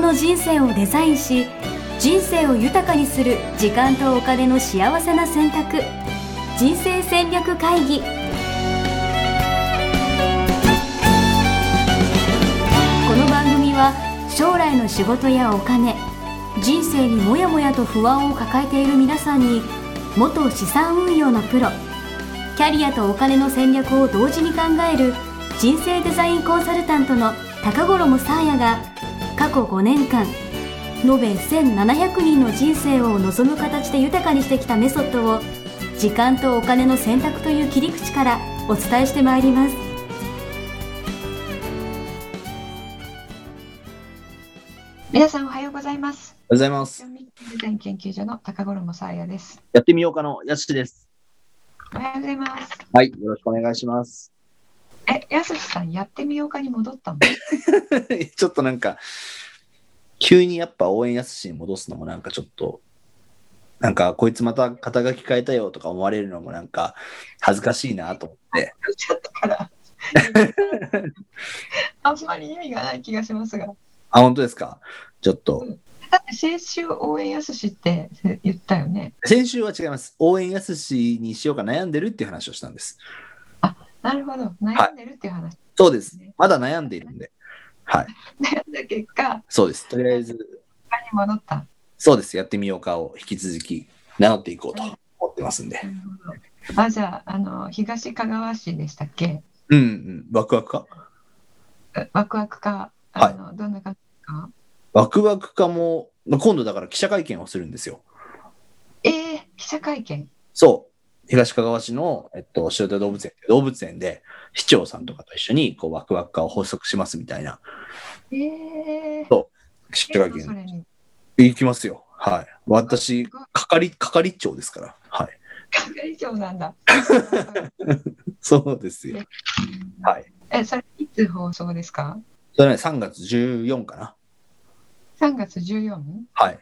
の人生をデザインし、人生を豊かにする時間とお金の幸せな選択、人生戦略会議。この番組は将来の仕事やお金、人生にもやもやと不安を抱えている皆さんに、元資産運用のプロ、キャリアとお金の戦略を同時に考える人生デザインコンサルタントの高頃もさあやが、過去5年間延べ1700人の人生を望む形で豊かにしてきたメソッドを、時間とお金の選択という切り口からお伝えしてまいります。 皆さんおはようございます。 おはようございます。 デザイン研究所の高頃もさあやです。 やってみようかのやすしです。 おはようございます。 はい、よろしくお願いします。 やすしさん、やってみようかに戻ったの？ ちょっとなんか急にやっぱ応援やすしに戻すのもなんかちょっとなんかこいつまた肩書き変えたよとか思われるのもなんか恥ずかしいなと思ってちょっとからあんまり意味がない気がしますが。 あ、本当ですか。ちょっと、 だって先週応援やすしって言ったよね。 先週は違います。応援やすしにしようか悩んでるっていう話をしたんです。 あ、なるほど、悩んでるっていう話、ね。 そうです。まだ悩んでいるんで、はい、 悩んだ結果、 そうです。とりあえず戻った。 そうです。やってみようかを引き続き名乗っていこうと思ってますんで。 じゃあ、東かがわ市でしたっけ？ ワクワクか？ ワクワクか、 はい、 どんな感じですか？ ワクワクかも、今度だから記者会見をするんですよ。 記者会見？そう。 東かがわ市の、塩田動物園で市長さんとかと一緒にこうワクワク化を発足しますみたいな。そう記者会見行きますよ。はい。私係長ですから。はい。 係長なんだ。 そうですよ。はい。 それいつ放送ですか？ それね、3月14かな。 3月 14？ はい。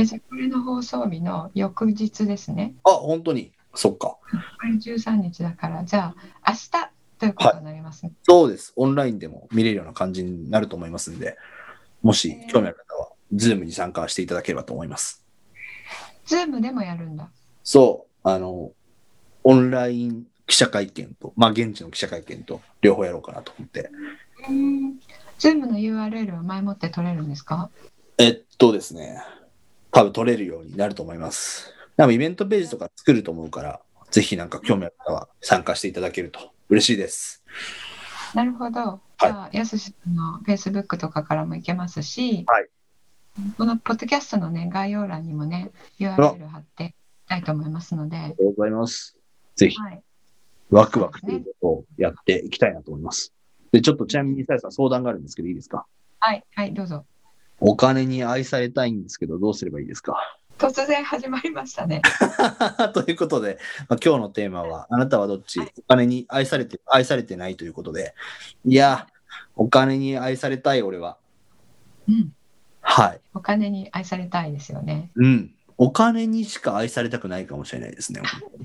じゃあこれの放送日の翌日ですね。 あ、本当に。そっか。これ13日だから、じゃあ明日ということになりますね。 はい、そうです。オンラインでも見れるような感じになると思いますんで、もし興味ある方は、ズームに参加していただければと思います。 ズームでもやるんだ。 そう。オンライン記者会見と、現地の記者会見と両方やろうかなと思って。 ズームの URL は前もって取れるんですか？ ですね、多分取れるようになると思います。多分イベントページとか作ると思うから、ぜひなんか興味ある方は参加していただけると嬉しいです。 なるほど。じゃあ、やすしの Facebook とかからも行けますし、 はい、 このポッドキャストのね、概要欄にもね、URL 貼っていきたいと思いますので。ありがとうございます。ぜひ、ワクワクということをやっていきたいなと思います。で、ちょっとちなみにさやさん相談があるんですけどいいですか？ はい、はい、どうぞ。 お金に愛されたいんですけど、どうすればいいですか？ 突然始まりましたね。 ということで、今日のテーマは、あなたはどっち？お金に愛されてないということで、いや、お金に愛されたい、俺は。はい。 お金に愛されたいですよね。 お金にしか愛されたくないかもしれないですね。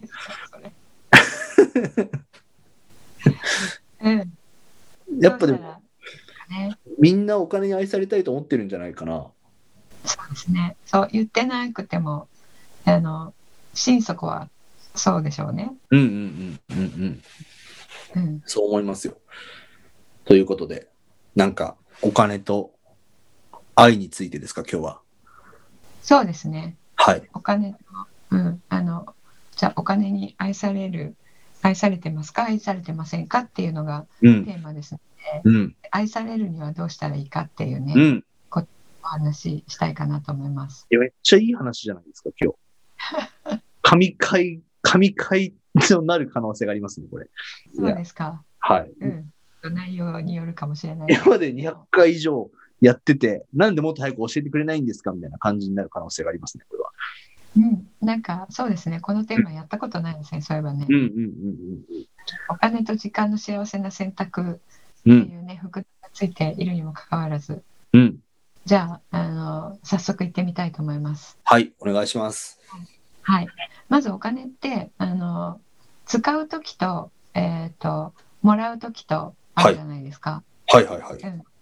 やっぱでも、みんなお金に愛されたいと思ってるんじゃないかな。 そうですね。そう言ってなくても、心底はそうでしょうね。 そう思いますよ。ということで、なんかお金と愛についてですか、今日は。 そうですね。 はい。 お金と、じゃあお金に愛されてますか、愛されてませんかっていうのがテーマですので、愛されるにはどうしたらいいかっていうね、お話ししたいかなと思います。 めっちゃいい話じゃないですか、今日。神回となる可能性がありますね、これ。 そうですか。 はい。 内容によるかもしれない。 今まで200回以上やってて、なんでもっと早く教えてくれないんですかみたいな感じになる可能性がありますね、これは。 なんかそうですね、このテーマやったことないですね、そういえばね。お金と時間の幸せな選択っていうね、複雑がついているにもかかわらず。じゃあ、早速行ってみたいと思います。 はい、お願いします。 はい。まずお金って、使うときと、もらうときとあるじゃないですか。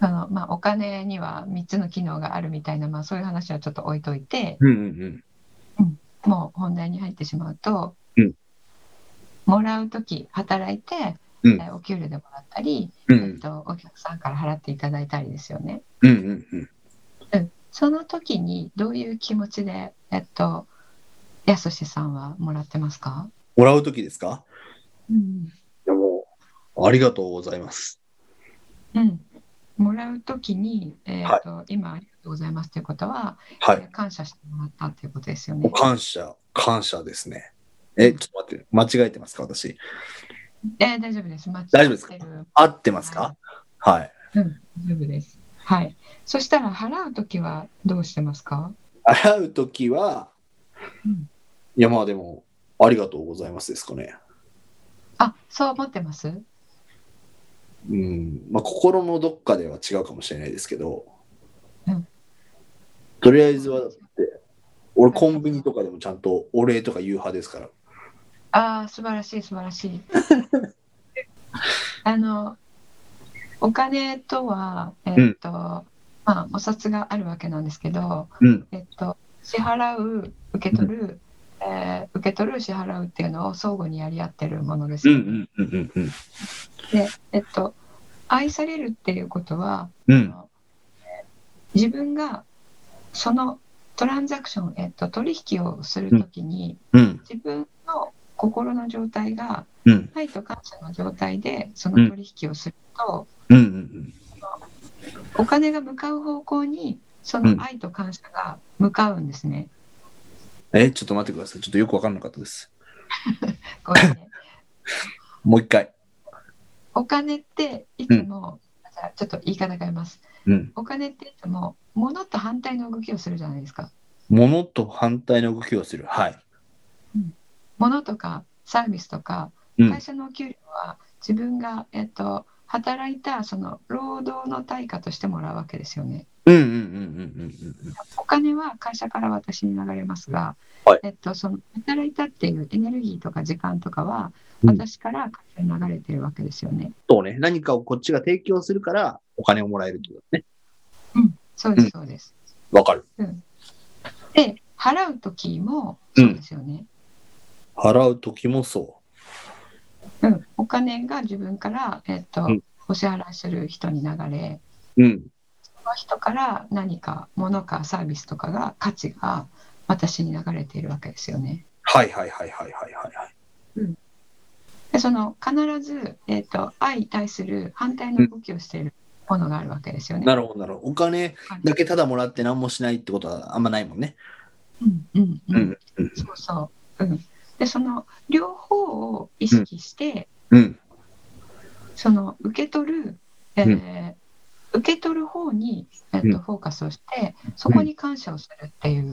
お金には3つの機能があるみたいな、そういう話はちょっと置いといて、もう本題に入ってしまうと、もらうとき働いて、お給料でもらったり、お客さんから払っていただいたりですよね。その時にどういう気持ちで、やすしさんはもらってますか？ もらう時ですか？いや、もうありがとうございます。 もらう時に、今ありがとうございますということは、感謝してもらったということですよね。 感謝ですね。ちょっと待って、間違えてますか、私。 大丈夫です。 大丈夫ですか？合ってますか？はい。 大丈夫です。はい。そしたら払うときはどうしてますか？ 払うときは、いやでも、ありがとうございますですかね。 そう思ってます？ 心のどっかでは違うかもしれないですけど、とりあえずはだって、俺コンビニとかでもちゃんとお礼とか言う派ですから。 素晴らしい。お金とは、お札があるわけなんですけど、支払う、受け取る、支払うっていうのを相互にやり合ってるものですよね。で、愛されるっていうことは、自分がそのトランザクション、取引をするときに、自分の心の状態が、愛と感謝の状態でその取引をすると、お金が向かう方向にその愛と感謝が向かうんですね。 ちょっと待ってください。ちょっとよく分からなかったです。 ごめんね。 もう一回。 お金っていつも、ちょっと言い方変えます。お金っていつも物と反対の動きをするじゃないですか。 物と反対の動きをする。はい。 物とかサービスとか会社のお給料は自分が、働いたその労働の対価としてもらうわけですよね。お金は会社から私に流れますが、その働いたっていうエネルギーとか時間とかは私から会社に流れてるわけですよね。 そうね。何かをこっちが提供するからお金をもらえるってことね。 そうです。 わかる。 で、払うときもそうですよね。 払うときもそう。 お金が自分から、お支払いする人に流れ、その人から何か物かサービスとかが価値が私に流れているわけですよね。でその必ず、愛に対する反対の動きをしているものがあるわけですよね。 なるほど。お金だけただもらって何もしないってことはあんまないもんね。 そう。でその両方を意識して、その受け取る方に、フォーカスをして、そこに感謝をするっていう。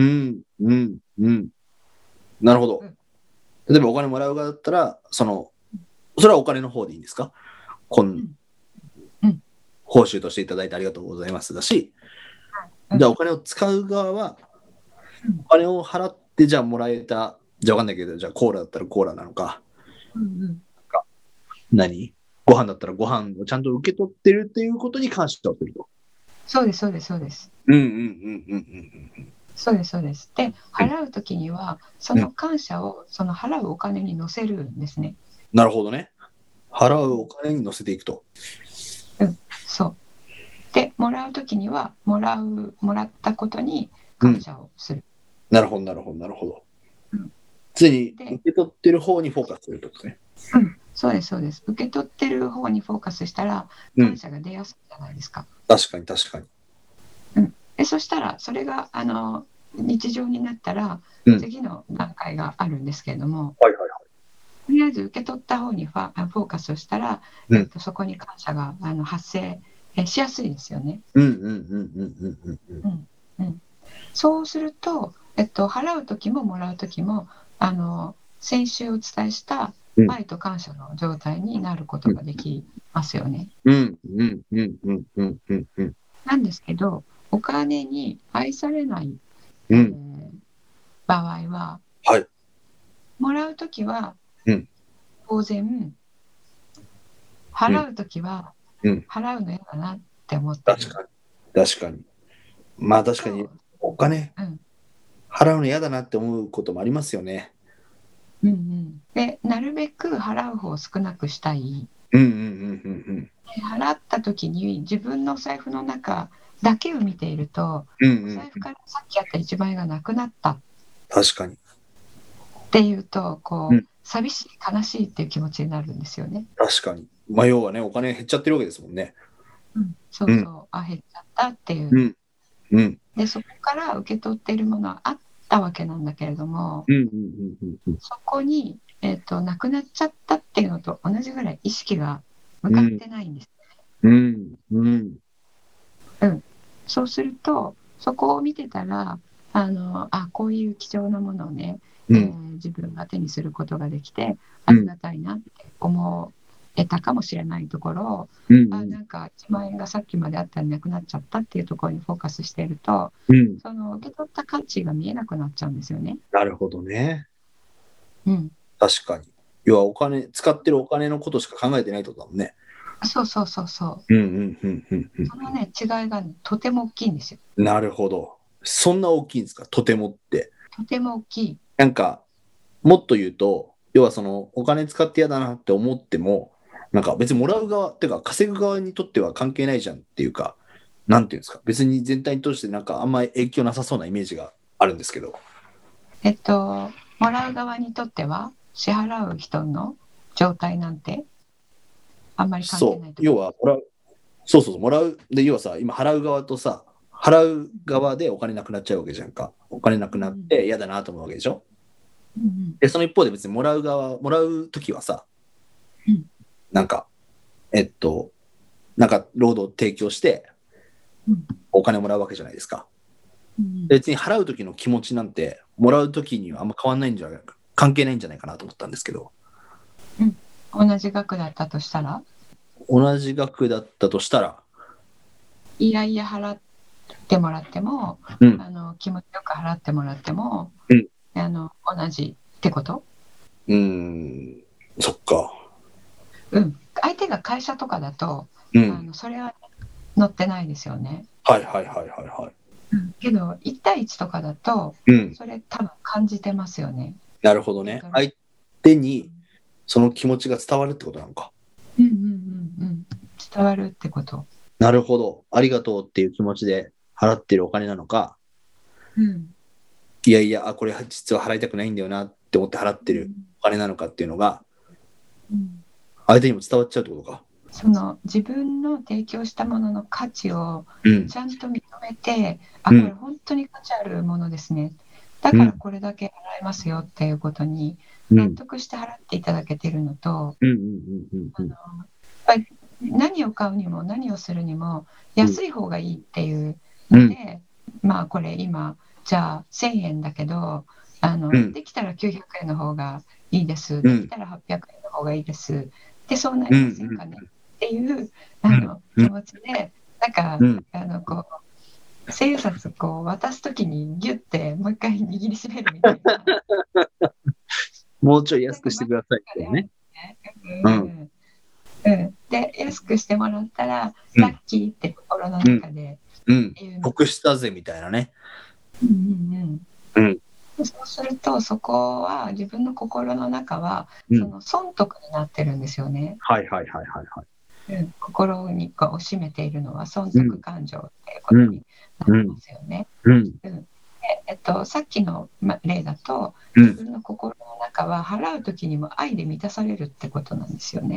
なるほど。例えばお金もらう側だったら、それはお金の方でいいんですか？報酬としていただいてありがとうございますだし、じゃあお金を使う側は、お金を払ってじゃあもらえた、じゃあわかんないけど、じゃあコーラだったらコーラなのか、ご飯だったらご飯をちゃんと受け取ってるっていうことに関してはすると。 そうです。そうです。で、払うときには、その感謝をその払うお金に乗せるんですね。 なるほどね。払うお金に乗せていくと。 そう。で、もらうときには、もらったことに感謝をする。 なるほど。常に受け取ってる方にフォーカスするとですね。 そうです。受け取ってる方にフォーカスしたら、感謝が出やすいじゃないですか。 確かに。 でそしたら、それが日常になったら、次の段階があるんですけれども、とりあえず受け取った方にフォーカスをしたら、そこに感謝が発生しやすいですよね。そうすると、払うときももらうときも先週お伝えした愛と感謝の状態になることができますよね。なんですけど、お金に愛されない、場合は、もらうときは当然、払うときは、払うの嫌だなっって思ってる。 確かに。まあ確かにお金払うの嫌だなって思うこともありますよね。 で、なるべく払う方を少なくしたい。払った時に自分のお財布の中だけを見ていると、お財布からさっきあった1万円がなくなった。 確かに。 っていうと寂しい悲しいっていう気持ちになるんですよね。 確かに。まあ要はね、お金減っちゃってるわけですもんね。 そう、減っちゃったっていう。でそこから受け取っているものはあったわけなんだけれども、そこに、なくなっちゃったっていうのと同じぐらい意識が向かってないんです。そうするとそこを見てたらこういう貴重なものをね、自分が手にすることができてありがたいなって思えたかもしれないところを、なんか1万円がさっきまであったらなくなっちゃったっていうところにフォーカスしていると、その受け取った価値が見えなくなっちゃうんですよね。 なるほどね。確かに。要は使ってるお金のことしか考えてないってことだもんね。 そう。そのね、違いが、ね、とても大きいんですよ。 なるほど。そんな大きいんですか、とてもって。 とても大きい。 なんか、もっと言うと、要はそのお金使って嫌だなって思っても、なんか別にもらう側っていうか稼ぐ側にとっては関係ないじゃんっていうか、なんていうんですか、別に全体に通してなんかあんまり影響なさそうなイメージがあるんですけど。 もらう側にとっては支払う人の状態なんてあんまり関係ないと。 要はもらうで、要はさ、今払う側とさ、払う側でお金なくなっちゃうわけじゃんか。お金なくなって嫌だなと思うわけでしょ。でその一方で別にもらうときはさ、なんかなんか労働を提供してお金をもらうわけじゃないですか。別に払うときの気持ちなんてもらうときにはあんま変わんないんじゃないか、関係ないんじゃないかなと思ったんですけど。 同じ額だったとしたらいやいや払ってもらっても、気持ちよく払ってもらっても、同じってこと？ そっか。 相手が会社とかだと、それは載ってないですよね。けど1対1とかだと、それ多分感じてますよね。 なるほどね。相手にその気持ちが伝わるってことなのか。 伝わるってこと。 なるほど。ありがとうっていう気持ちで払ってるお金なのか、いやいや、これ実は払いたくないんだよなって思って払ってるお金なのかっていうのが、相手にも伝わっちゃうってことか。 その自分の提供したものの価値をちゃんと認めて、これ本当に価値あるものですね。だからこれだけ払いますよっていうことに納得して払っていただけているのと、何を買うにも何をするにも安い方がいいっていうので、これ今じゃあ1000円だけどできたら900円の方がいいです、できたら800円の方がいいですで、そうなりませんかねっていう気持ちで、なんか千円札渡すときにギュッてもう一回握りしめるみたいなもうちょい安くしてくださいってね。 で安くしてもらったらラッキーって心の中で得したぜみたいなね。 そうするとそこは自分の心の中はその損得になってるんですよね。心にを占めているのは損得感情っていうことになりますよね。さっきの例だと自分の心の中は払う時にも愛で満たされるってことなんですよね。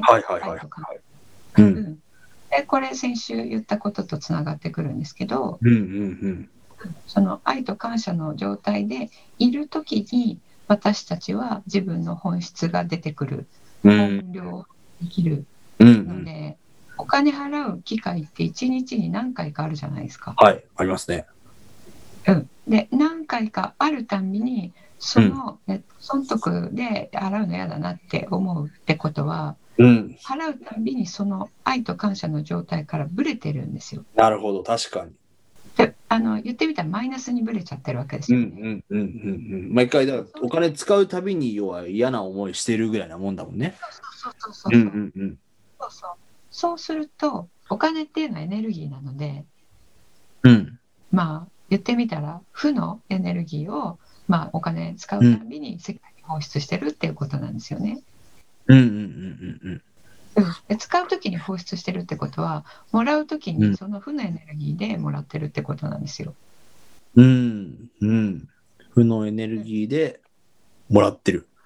でこれ先週言ったこととつながってくるんですけど、その愛と感謝の状態でいる時に私たちは自分の本質が出てくる、本領できるので、お金払う機会って1日に何回かあるじゃないですか。 ありますね。 で何回かあるたんびにその、損得で払うの嫌だなって思うってことは、払うたんびにその愛と感謝の状態からブレてるんですよ。 なるほど、確かに。 で言ってみたらマイナスにブレちゃってるわけですよね。 毎回だからお金使うたびに要は嫌な思いしてるぐらいなもんだもんね。 そうするとお金っていうのはエネルギーなので、 うん。 まあ言ってみたら負のエネルギーを、まあ、お金使うたびに世界に放出してるっていうことなんですよね。 うんうんうんで使う時に放出してるってことは、もらう時にその負のエネルギーでもらってるってことなんですよ。 うんうん。負のエネルギーでもらってる。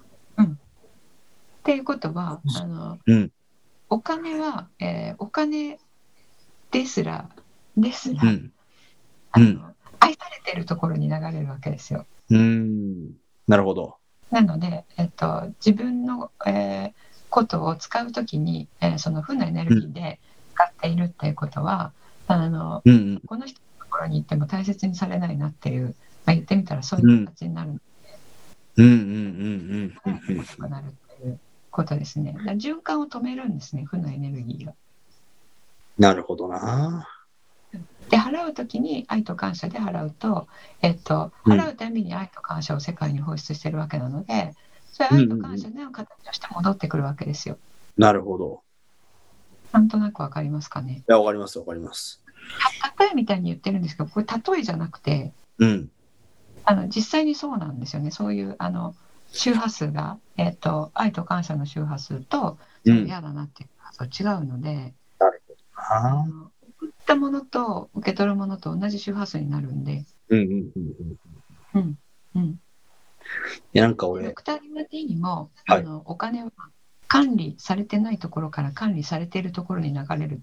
っていうことはうん。 お金は、お金ですらうん。 愛されてるところに流れるわけですよ。 なるほど。 なので、自分の、ことを使うときに、その負のエネルギーで使っているっていうことは、この人のところに行っても大切にされないなっていう、まあ、言ってみたらそういう形になるので、なくなるっていうことですね。だから循環を止めるんですね、負のエネルギーが。 なるほどな。 で払うときに愛と感謝で払うと、払うたびに愛と感謝を世界に放出してるわけなので、それ愛と感謝の形として戻ってくるわけですよ。 なるほど。 なんとなくわかりますかね。 いや、わかりますわかります。 例えみたいに言ってるんですけど、これ例えじゃなくて、実際にそうなんですよね。そういう周波数が、愛と感謝の周波数とその嫌だなっていう周波数は違うので、 なるほど。 送ったものと受け取るものと同じ周波数になるんで。 いやなんか俺、 ドクター・リマティにも、お金は管理されてないところから管理されているところに流れるって。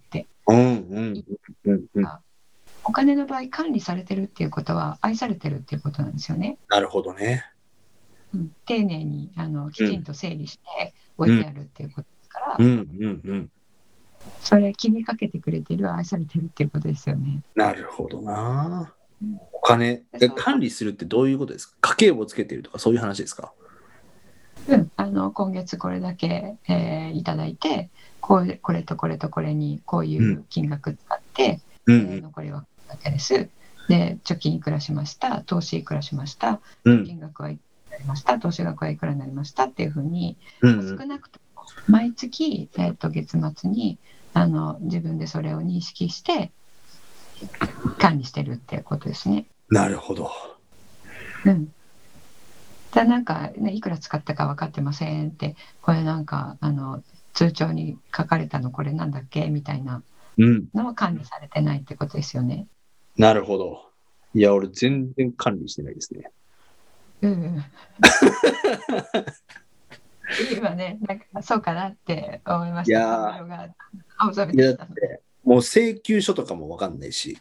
お金の場合、管理されてるっていうことは愛されてるっていうことなんですよね。 なるほどね。 丁寧にきちんと整理して置いてあるっていうことですから、それ気にかけてくれてる、愛されてるっていうことですよね。 なるほどな。お金管理するってどういうことですか？家計簿つけてるとかそういう話ですか？ 今月これだけ、いただいて、これとこれとこれにこういう金額使って、残りはこれだけです。で、貯金いくらしました、投資いくらしました、金額はいくらになりました、投資額はいくらになりましたっていうふうに、少なくとも毎月、月末に自分でそれを認識して管理してるっていうことですね。 なるほど。 なんか、ね、いくら使ったか分かってませんって、これなんか通帳に書かれたのこれなんだっけみたいなのは管理されてないってことですよね。 なるほど。いや、俺全然管理してないですね。 今ね、なんかそうかなって思いました。 いやだってもう請求書とかも分かんないし、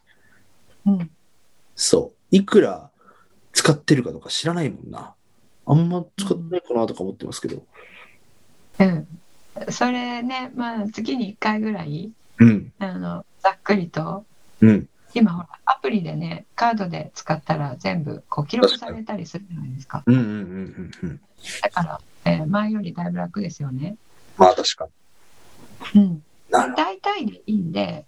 そう、いくら使ってるかとか知らないもんな。あんま使ってないかなとか思ってますけど。 それね、まあ月に1回ぐらい、ざっくりと、今ほらアプリでね、カードで使ったら全部こう記録されたりするじゃないですか。だから、前よりだいぶ楽ですよね。 まあ確かに。大体でいいんで、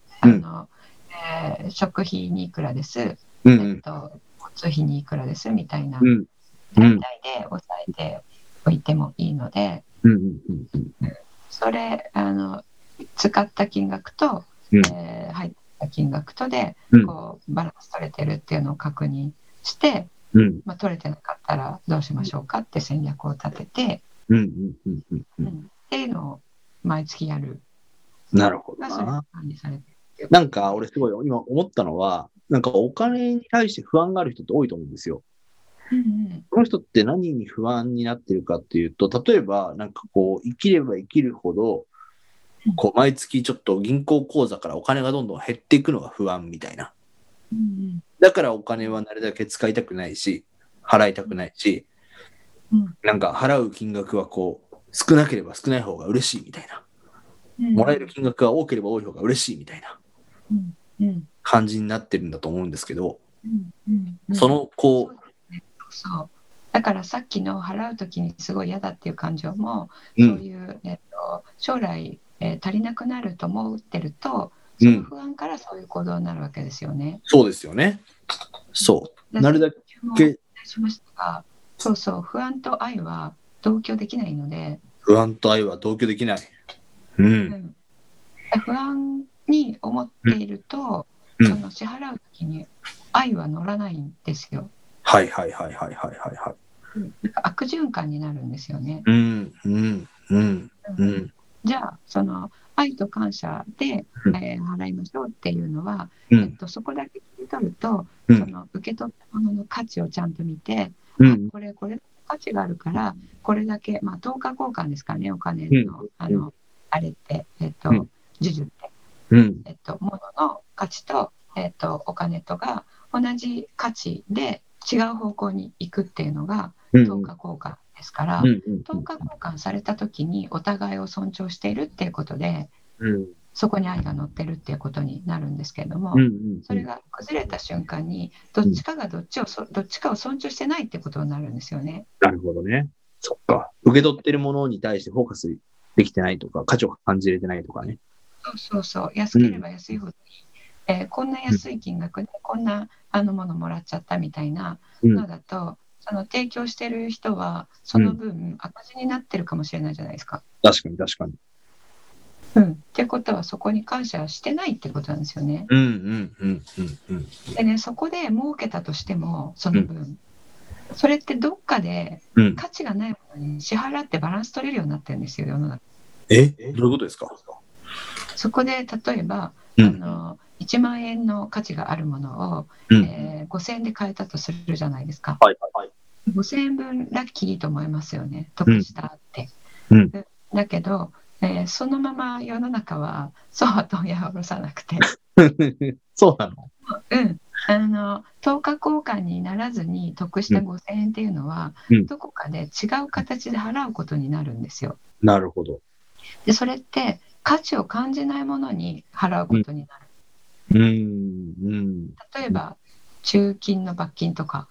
食費にいくらです、交通費にいくらですみたいな、大体で抑えておいてもいいので、それ使った金額と、入った金額とでこうバランス取れてるっていうのを確認して、取れてなかったらどうしましょうかって戦略を立てて、っていうのを毎月やる。 なるほどな。なんか俺すごい今思ったのは、なんかお金に対して不安がある人って多いと思うんですよ。この人って何に不安になってるかっていうと、例えばなんかこう生きれば生きるほどこう毎月ちょっと銀行口座からお金がどんどん減っていくのが不安みたいな。だからお金はなるだけ使いたくないし払いたくないし、なんか払う金額はこう少なければ少ない方が嬉しいみたいな、もらえる金額が多ければ多い方が嬉しいみたいな感じになってるんだと思うんですけど、そのこうそうだからさっきの払うときにすごい嫌だっていう感情も、そういう、将来、足りなくなると思ってると、その不安からそういう行動になるわけですよね。 そうですよね。そうなるだけしましたが、そう不安と愛は同居できないので。 不安と愛は同居できない。 不安に思っていると、その支払うときに愛は乗らないんですよ。 はいはいはいはいはいはいはい。 なんか悪循環になるんですよね。じゃあその愛と感謝で、払いましょうっていうのは、そこだけ切り取ると、その受け取ったものの価値をちゃんと見て、これ価値があるからこれだけ、等価交換ですからね、お金の、あれって、授受って、物の価値と、お金とが同じ価値で違う方向に行くっていうのが等価交換ですから、等価交換された時にお互いを尊重しているっていうことで、そこに愛が乗ってるっていうことになるんですけれども、それが崩れた瞬間にどっちかがどっちかを尊重してないってことになるんですよね。 なるほどね。そっか。受け取ってるものに対してフォーカスできてないとか、価値を感じれてないとかね。 そう安ければ安いほどいい、こんな安い金額でこんなものもらっちゃったみたいなのだと、その提供してる人はその分赤字になってるかもしれないじゃないですか。 確かに確かに。 ってことはそこに感謝してないってことなんですよね。でね、そこで儲けたとしてもその分、それってどっかで価値がないものに支払ってバランス取れるようになってるんですよ、世の中。 どういうことですか？ そこで例えば、1万円の価値があるものを、5000円で買えたとするじゃないですか。5000円分ラッキーと思いますよね、得したって。だけど、そのまま世の中はそうは問屋を下ろさなくてそうなの等価交換にならずに得した5000円っていうのは、どこかで違う形で払うことになるんですよ。 なるほど。 でそれって価値を感じないものに払うことになる。例えば中金の罰金とか、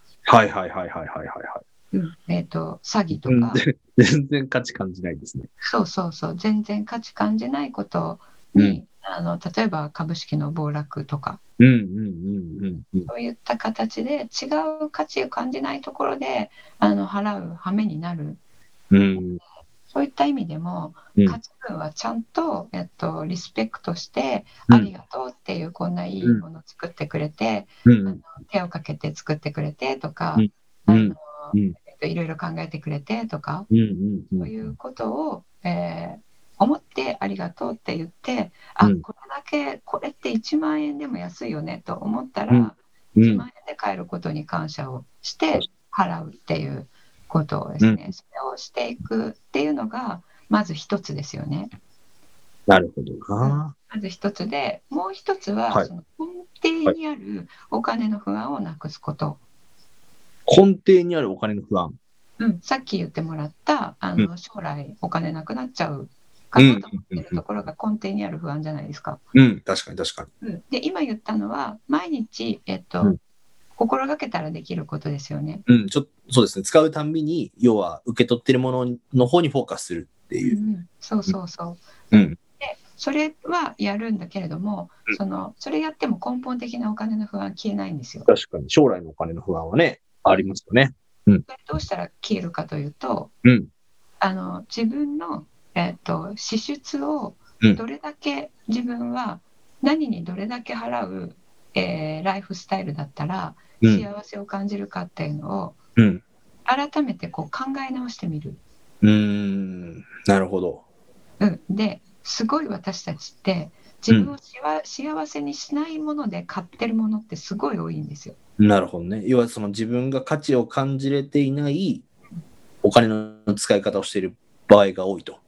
詐欺とか、 全然価値感じないですね。 全然価値感じないことに、例えば株式の暴落とか、そういった形で違う価値を感じないところで払う羽目になる。そういった意味でも、価値分はちゃんと、リスペクトして、ありがとうっていう、こんないいものを作ってくれて、手をかけて作ってくれてとか、いろいろ考えてくれてとか、そういうことを、思ってありがとうって言って、これって1万円でも安いよねと思ったら、1万円で買えることに感謝をして払うっていうことをですね、それをしていくっていうのがまず一つですよね。 なるほどな。 まず一つで、もう一つは、その根底にあるお金の不安をなくすこと。 根底にあるお金の不安。 さっき言ってもらった将来お金なくなっちゃうかなと思っているところが根底にある不安じゃないですか。 確かに。 で今言ったのは毎日、心がけたらできることですよね。 そうですね。使うたんびに要は受け取ってるものの方にフォーカスするっていう。でそれはやるんだけれども、それやっても根本的なお金の不安消えないんですよ。 確かに将来のお金の不安はねありますよね。 どうしたら消えるかというと、自分の、支出をどれだけ自分は何にどれだけ払う、ライフスタイルだったら幸せを感じるかっていうのを、改めて考え直してみる。 なるほど。 ですごい私たちって自分を幸せにしないもので買ってるものってすごい多いんですよ。 なるほどね。要はその自分が価値を感じれていないお金の使い方をしている場合が多いと。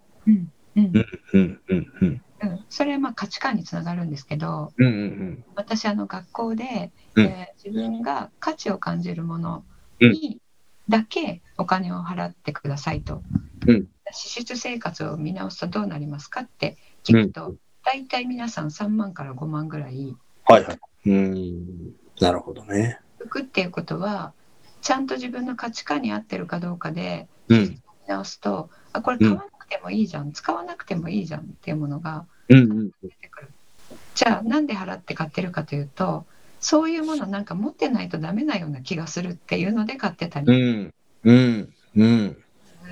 それは価値観につながるんですけど、私学校で、自分が価値を感じるものにだけお金を払ってくださいと、支出生活を見直すとどうなりますかって聞くと、大体皆さん3万から5万ぐらい。 なるほどね。 浮くっていうことはちゃんと自分の価値観に合ってるかどうかで見直すと、これ買わなくてもいいじゃん、使わなくてもいいじゃんっていうものが出てくる。じゃあなんで払って買ってるかというと、そういうものなんか持ってないとダメなような気がするっていうので買ってたり、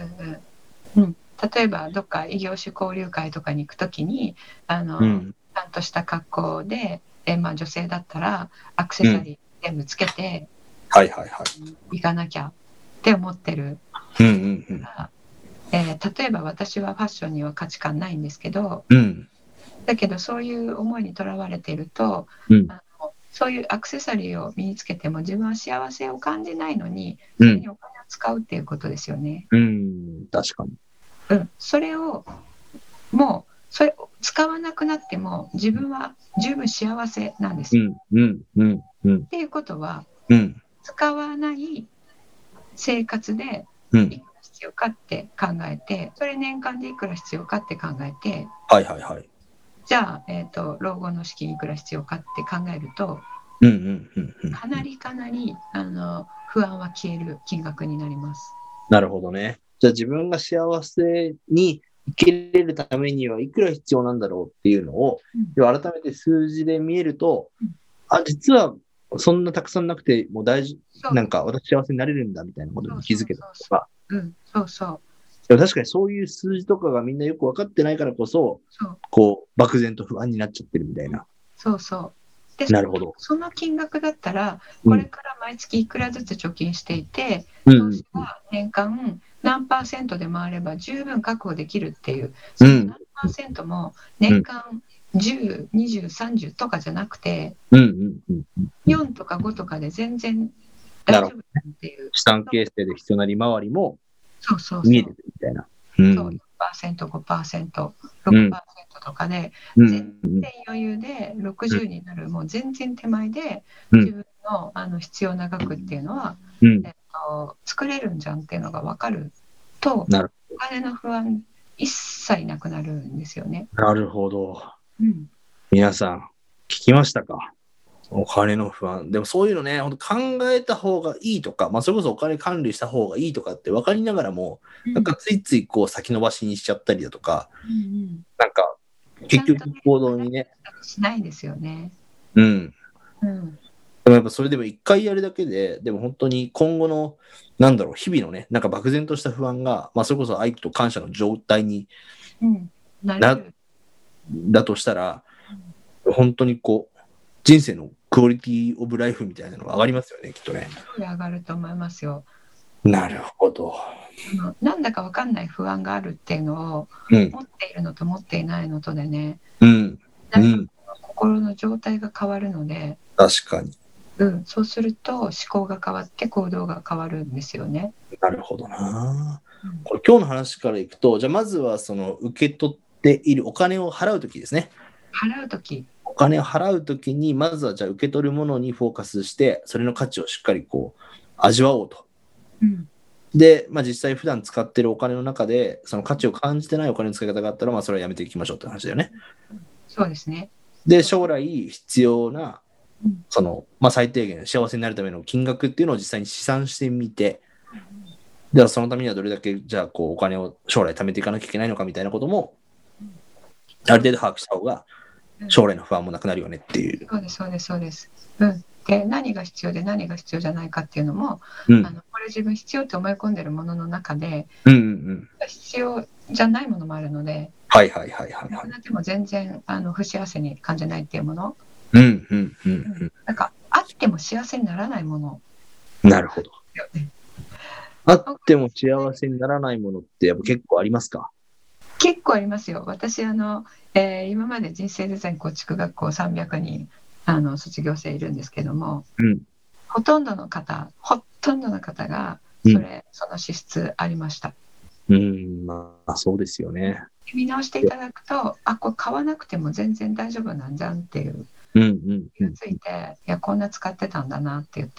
例えばどっか異業種交流会とかに行くときにちゃんととした格好で、女性だったらアクセサリー全部つけて、行かなきゃって思ってる。例えば私はファッションには価値観ないんですけど、だけどそういう思いにとらわれていると、そういうアクセサリーを身につけても自分は幸せを感じないのに、それにお金を使うっていうことですよね。 確かに。 それをもうそれを使わなくなっても自分は十分幸せなんですよ。っていうことは、使わない生活でいくら必要かって考えて、それ年間でいくら必要かって考えて、じゃあ、老後の資金いくら必要かって考えると、かなり不安は消える金額になります。 なるほどね。じゃあ自分が幸せに生きれるためにはいくら必要なんだろうっていうのを、改めて数字で見えると、実はそんなたくさんなくてもなんか私幸せになれるんだみたいなことに気づけたとか。でも確かにそういう数字とかがみんなよく分かってないからこそ、こう漠然と不安になっちゃってるみたいな。 で、 なるほど。 その金額だったら、これから毎月いくらずつ貯金していて、投資は年間何%で回れば十分確保できるっていう、その何%も年間10、20、30とかじゃなくて、4とか5とかで全然大丈夫っていう。 資産形成で必要な利回りも見えてるみたいな。 4%、5%、6% とかで、全然余裕で60になる、もう全然手前で自分の必要な額っていうのは、作れるんじゃんっていうのが分かると、お金の不安一切なくなるんですよね。 なるほど。皆さん聞きましたか？お金の不安。でもそういうのね、本当考えた方がいいとか、それこそお金管理した方がいいとかって分かりながらも、なんかついついこう先延ばしにしちゃったりだとか、なんか結局行動にね。 しないですよね。 でもやっぱそれでも一回やるだけで、でも本当に今後の、日々のね、なんか漠然とした不安が、それこそ愛と感謝の状態にだとしたら、本当にこう、人生のクオリティオブライフみたいなのが上がりますよね、きっとね。 上がると思いますよ。 なるほど。 なんだか分かんない不安があるっていうのを、持っているのと持っていないのとでね、心の状態が変わるので、 確かに。 そうすると思考が変わって行動が変わるんですよね。 なるほどな。これ今日の話からいくと、じゃあまずはその受け取っているお金を払うときですね。お金を払うときに、まずはじゃあ受け取るものにフォーカスして、それの価値をしっかりこう味わおうと。で、実際普段使ってるお金の中で、その価値を感じてないお金の使い方があったら、それはやめていきましょうって話だよね。 そうですね。 で、将来必要な、最低限幸せになるための金額っていうのを実際に試算してみて、ではそのためにはどれだけじゃあこうお金を将来貯めていかなきゃいけないのかみたいなことも、ある程度把握した方が将来の不安もなくなるよねっていう。 そうです。で、何が必要で何が必要じゃないかっていうのも、これ自分必要って思い込んでるものの中で、必要じゃないものもあるので、なくなっても全然不幸せに感じないっていうもの、なんかあっても幸せにならないもの。 なるほど。あっても幸せにならないものってやっぱ結構ありますか？ 結構ありますよ。私今まで人生デザイン構築学校300人卒業生いるんですけども、ほとんどの方がその資質ありました。 そうですよね。 見直していただくと、これ買わなくても全然大丈夫なんじゃんっていう気がついて、いやこんな使ってたんだなって言って、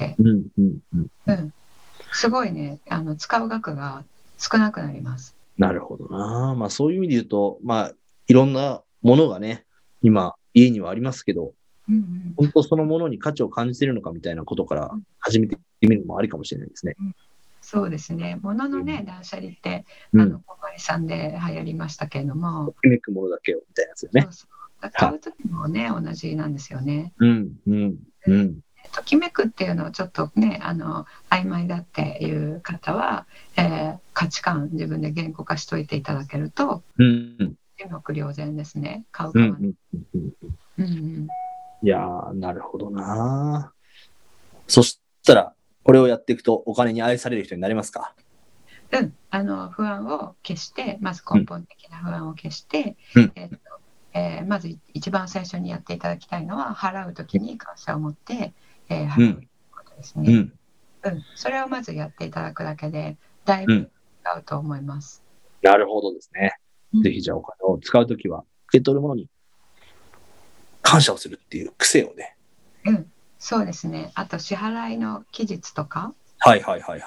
すごいね、使う額が少なくなります。 なるほどな。そういう意味で言うと、いろんなものがね、今家にはありますけど、本当そのものに価値を感じているのかみたいなことから始めてみるのもありかもしれないですね。 そうですね。物のね、断捨離って、小森さんで流行りましたけれども。 ときめくものだけをみたいなやつよね。 買うときもね、同じなんですよね。ときめくっていうのをちょっとね、曖昧だっていう方は、価値観自分で言語化しといていただけると、一目瞭然ですね。買うかはね。 うんうん、 いやー、なるほどな。そしたら、これをやっていくとお金に愛される人になれますか？ 不安を消して、まず根本的な不安を消して、まず一番最初にやっていただきたいのは、払うときに感謝を持って、払うことですね。それをまずやっていただくだけで、だいぶ違うと思います。 なるほどですね。ぜひじゃあお金を使うときは、受け取るものに感謝をするっていう癖をね。 そうですね。あと支払いの期日とか。 さっ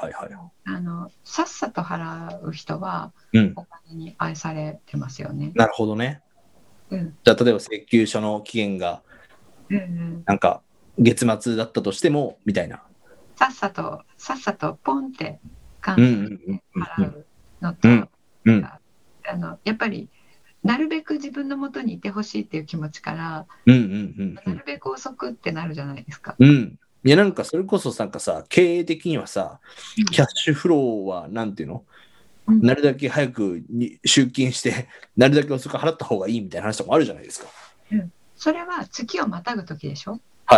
さと払う人は、お金に愛されてますよね。 なるほどね。じゃあ例えば請求書の期限が、なんか月末だったとしてもみたいな。 さっさとポンって感謝して払うのと、やっぱりなるべく自分の元にいてほしいっていう気持ちから、なるべく遅くってなるじゃないですか。 いやなんかそれこそなんかさ、経営的にはさ、キャッシュフローはなんていうの、なるだけ早くに集金してなるだけ遅く払った方がいいみたいな話とかもあるじゃないですか。 それは月をまたぐ時でしょ。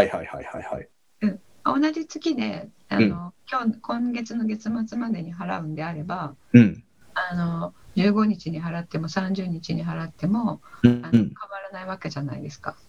同じ月で今月の月末までに払うんであれば、15日に払っても30日に払っても変わらないわけじゃないですか。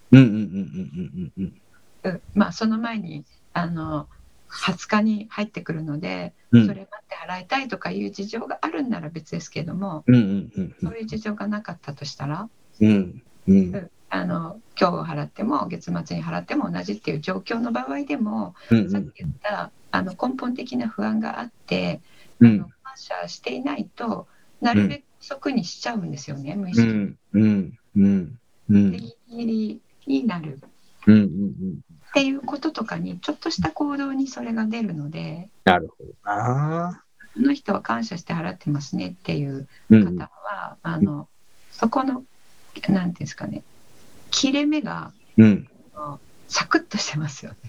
その前に20日に入ってくるので、それ待って払いたいとかいう事情があるんなら別ですけども、そういう事情がなかったとしたら、今日払っても月末に払っても同じっていう状況の場合でも、さっき言った根本的な不安があって、感謝していないとなるべく遅くにしちゃうんですよね、無意識に。ギリギリになる。っていうこととかに、ちょっとした行動にそれが出るので、 なるほどな。 この人は感謝して払ってますねっていう方は、そこのなんていうんですかね、切れ目が、サクッとしてますよね。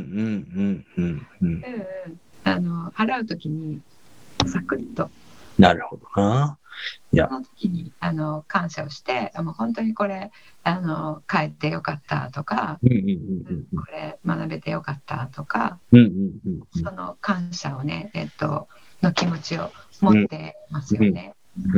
払うときにサクッと。 なるほどな。 その時に感謝をして、もう本当にこれ帰ってよかったとか、これ学べてよかったとか、その感謝をね、の気持ちを持ってますよね。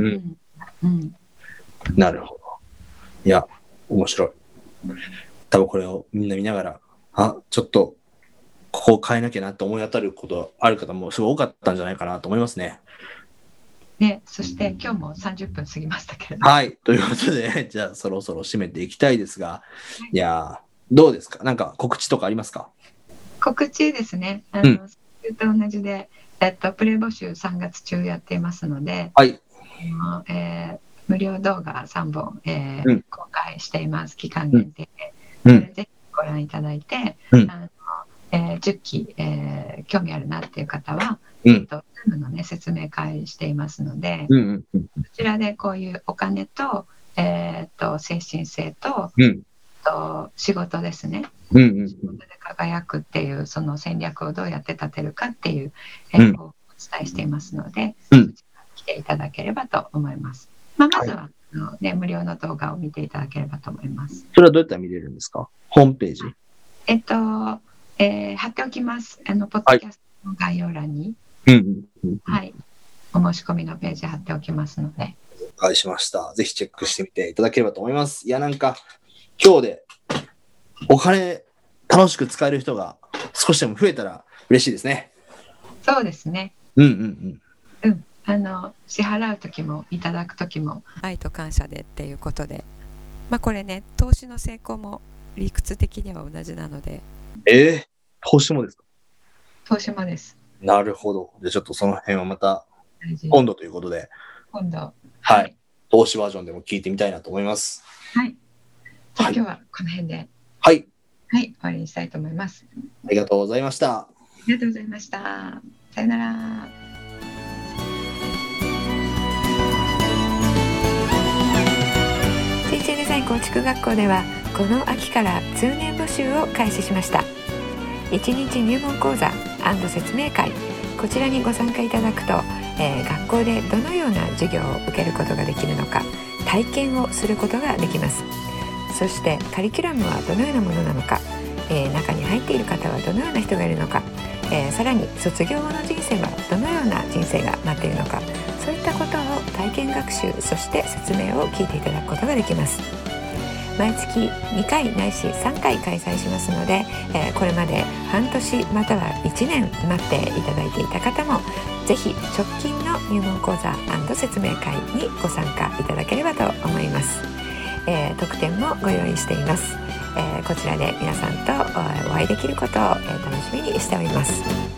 なるほど。いや、面白い。多分これをみんな見ながら、ちょっとここを変えなきゃなって思い当たることある方もすごい多かったんじゃないかなと思いますね。 そして今日も30分過ぎましたけれど。 ということで、じゃあそろそろ締めていきたいですが、いや、どうですか？なんか告知とかありますか？ 告知ですね。それと同じで、プレ募集3月中やっていますので、無料動画3本、公開しています。期間限定で。ぜひご覧いただいて、10期、興味あるなっていう方は、Zoom のね、説明会していますので、こちらでこういうお金と、精神性と、仕事ですね。仕事で輝くっていうその戦略をどうやって立てるかっていう、をお伝えしていますので、来ていただければと思います。まずは無料の動画を見ていただければと思います。 それはどうやったら見れるんですか？ホームページ？ 貼っておきます。ポッドキャストの概要欄に。お申し込みのページ貼っておきますので。 お願いしました。ぜひチェックしてみていただければと思います。いや、なんか、今日でお金楽しく使える人が少しでも増えたら嬉しいですね。 そうですね。支払うときもいただくときも愛と感謝でっていうことで、これね、投資の成功も理屈的には同じなので。 投資もですか？ 投資もです。 なるほど。じゃあちょっとその辺はまた今度ということで、投資バージョンでも聞いてみたいなと思います。 今日はこの辺で終わりにしたいと思います。 ありがとうございました。 ありがとうございました。さよなら。人生デザイン構築学校ではこの秋から通年募集を開始しました。1日入門講座&説明会、こちらにご参加いただくと、学校でどのような授業を受けることができるのか体験をすることができます。 そしてカリキュラムはどのようなものなのか、中に入っている方はどのような人がいるのか、さらに卒業後の人生はどのような人生が待っているのか、そういったことを体験学習、そして説明を聞いていただくことができます。毎月2回ないし3回開催しますので、これまで半年または1年待っていただいていた方もぜひ直近の入門講座&説明会にご参加いただければと思います。特典もご用意しています。こちらで皆さんとお会いできることを楽しみにしております。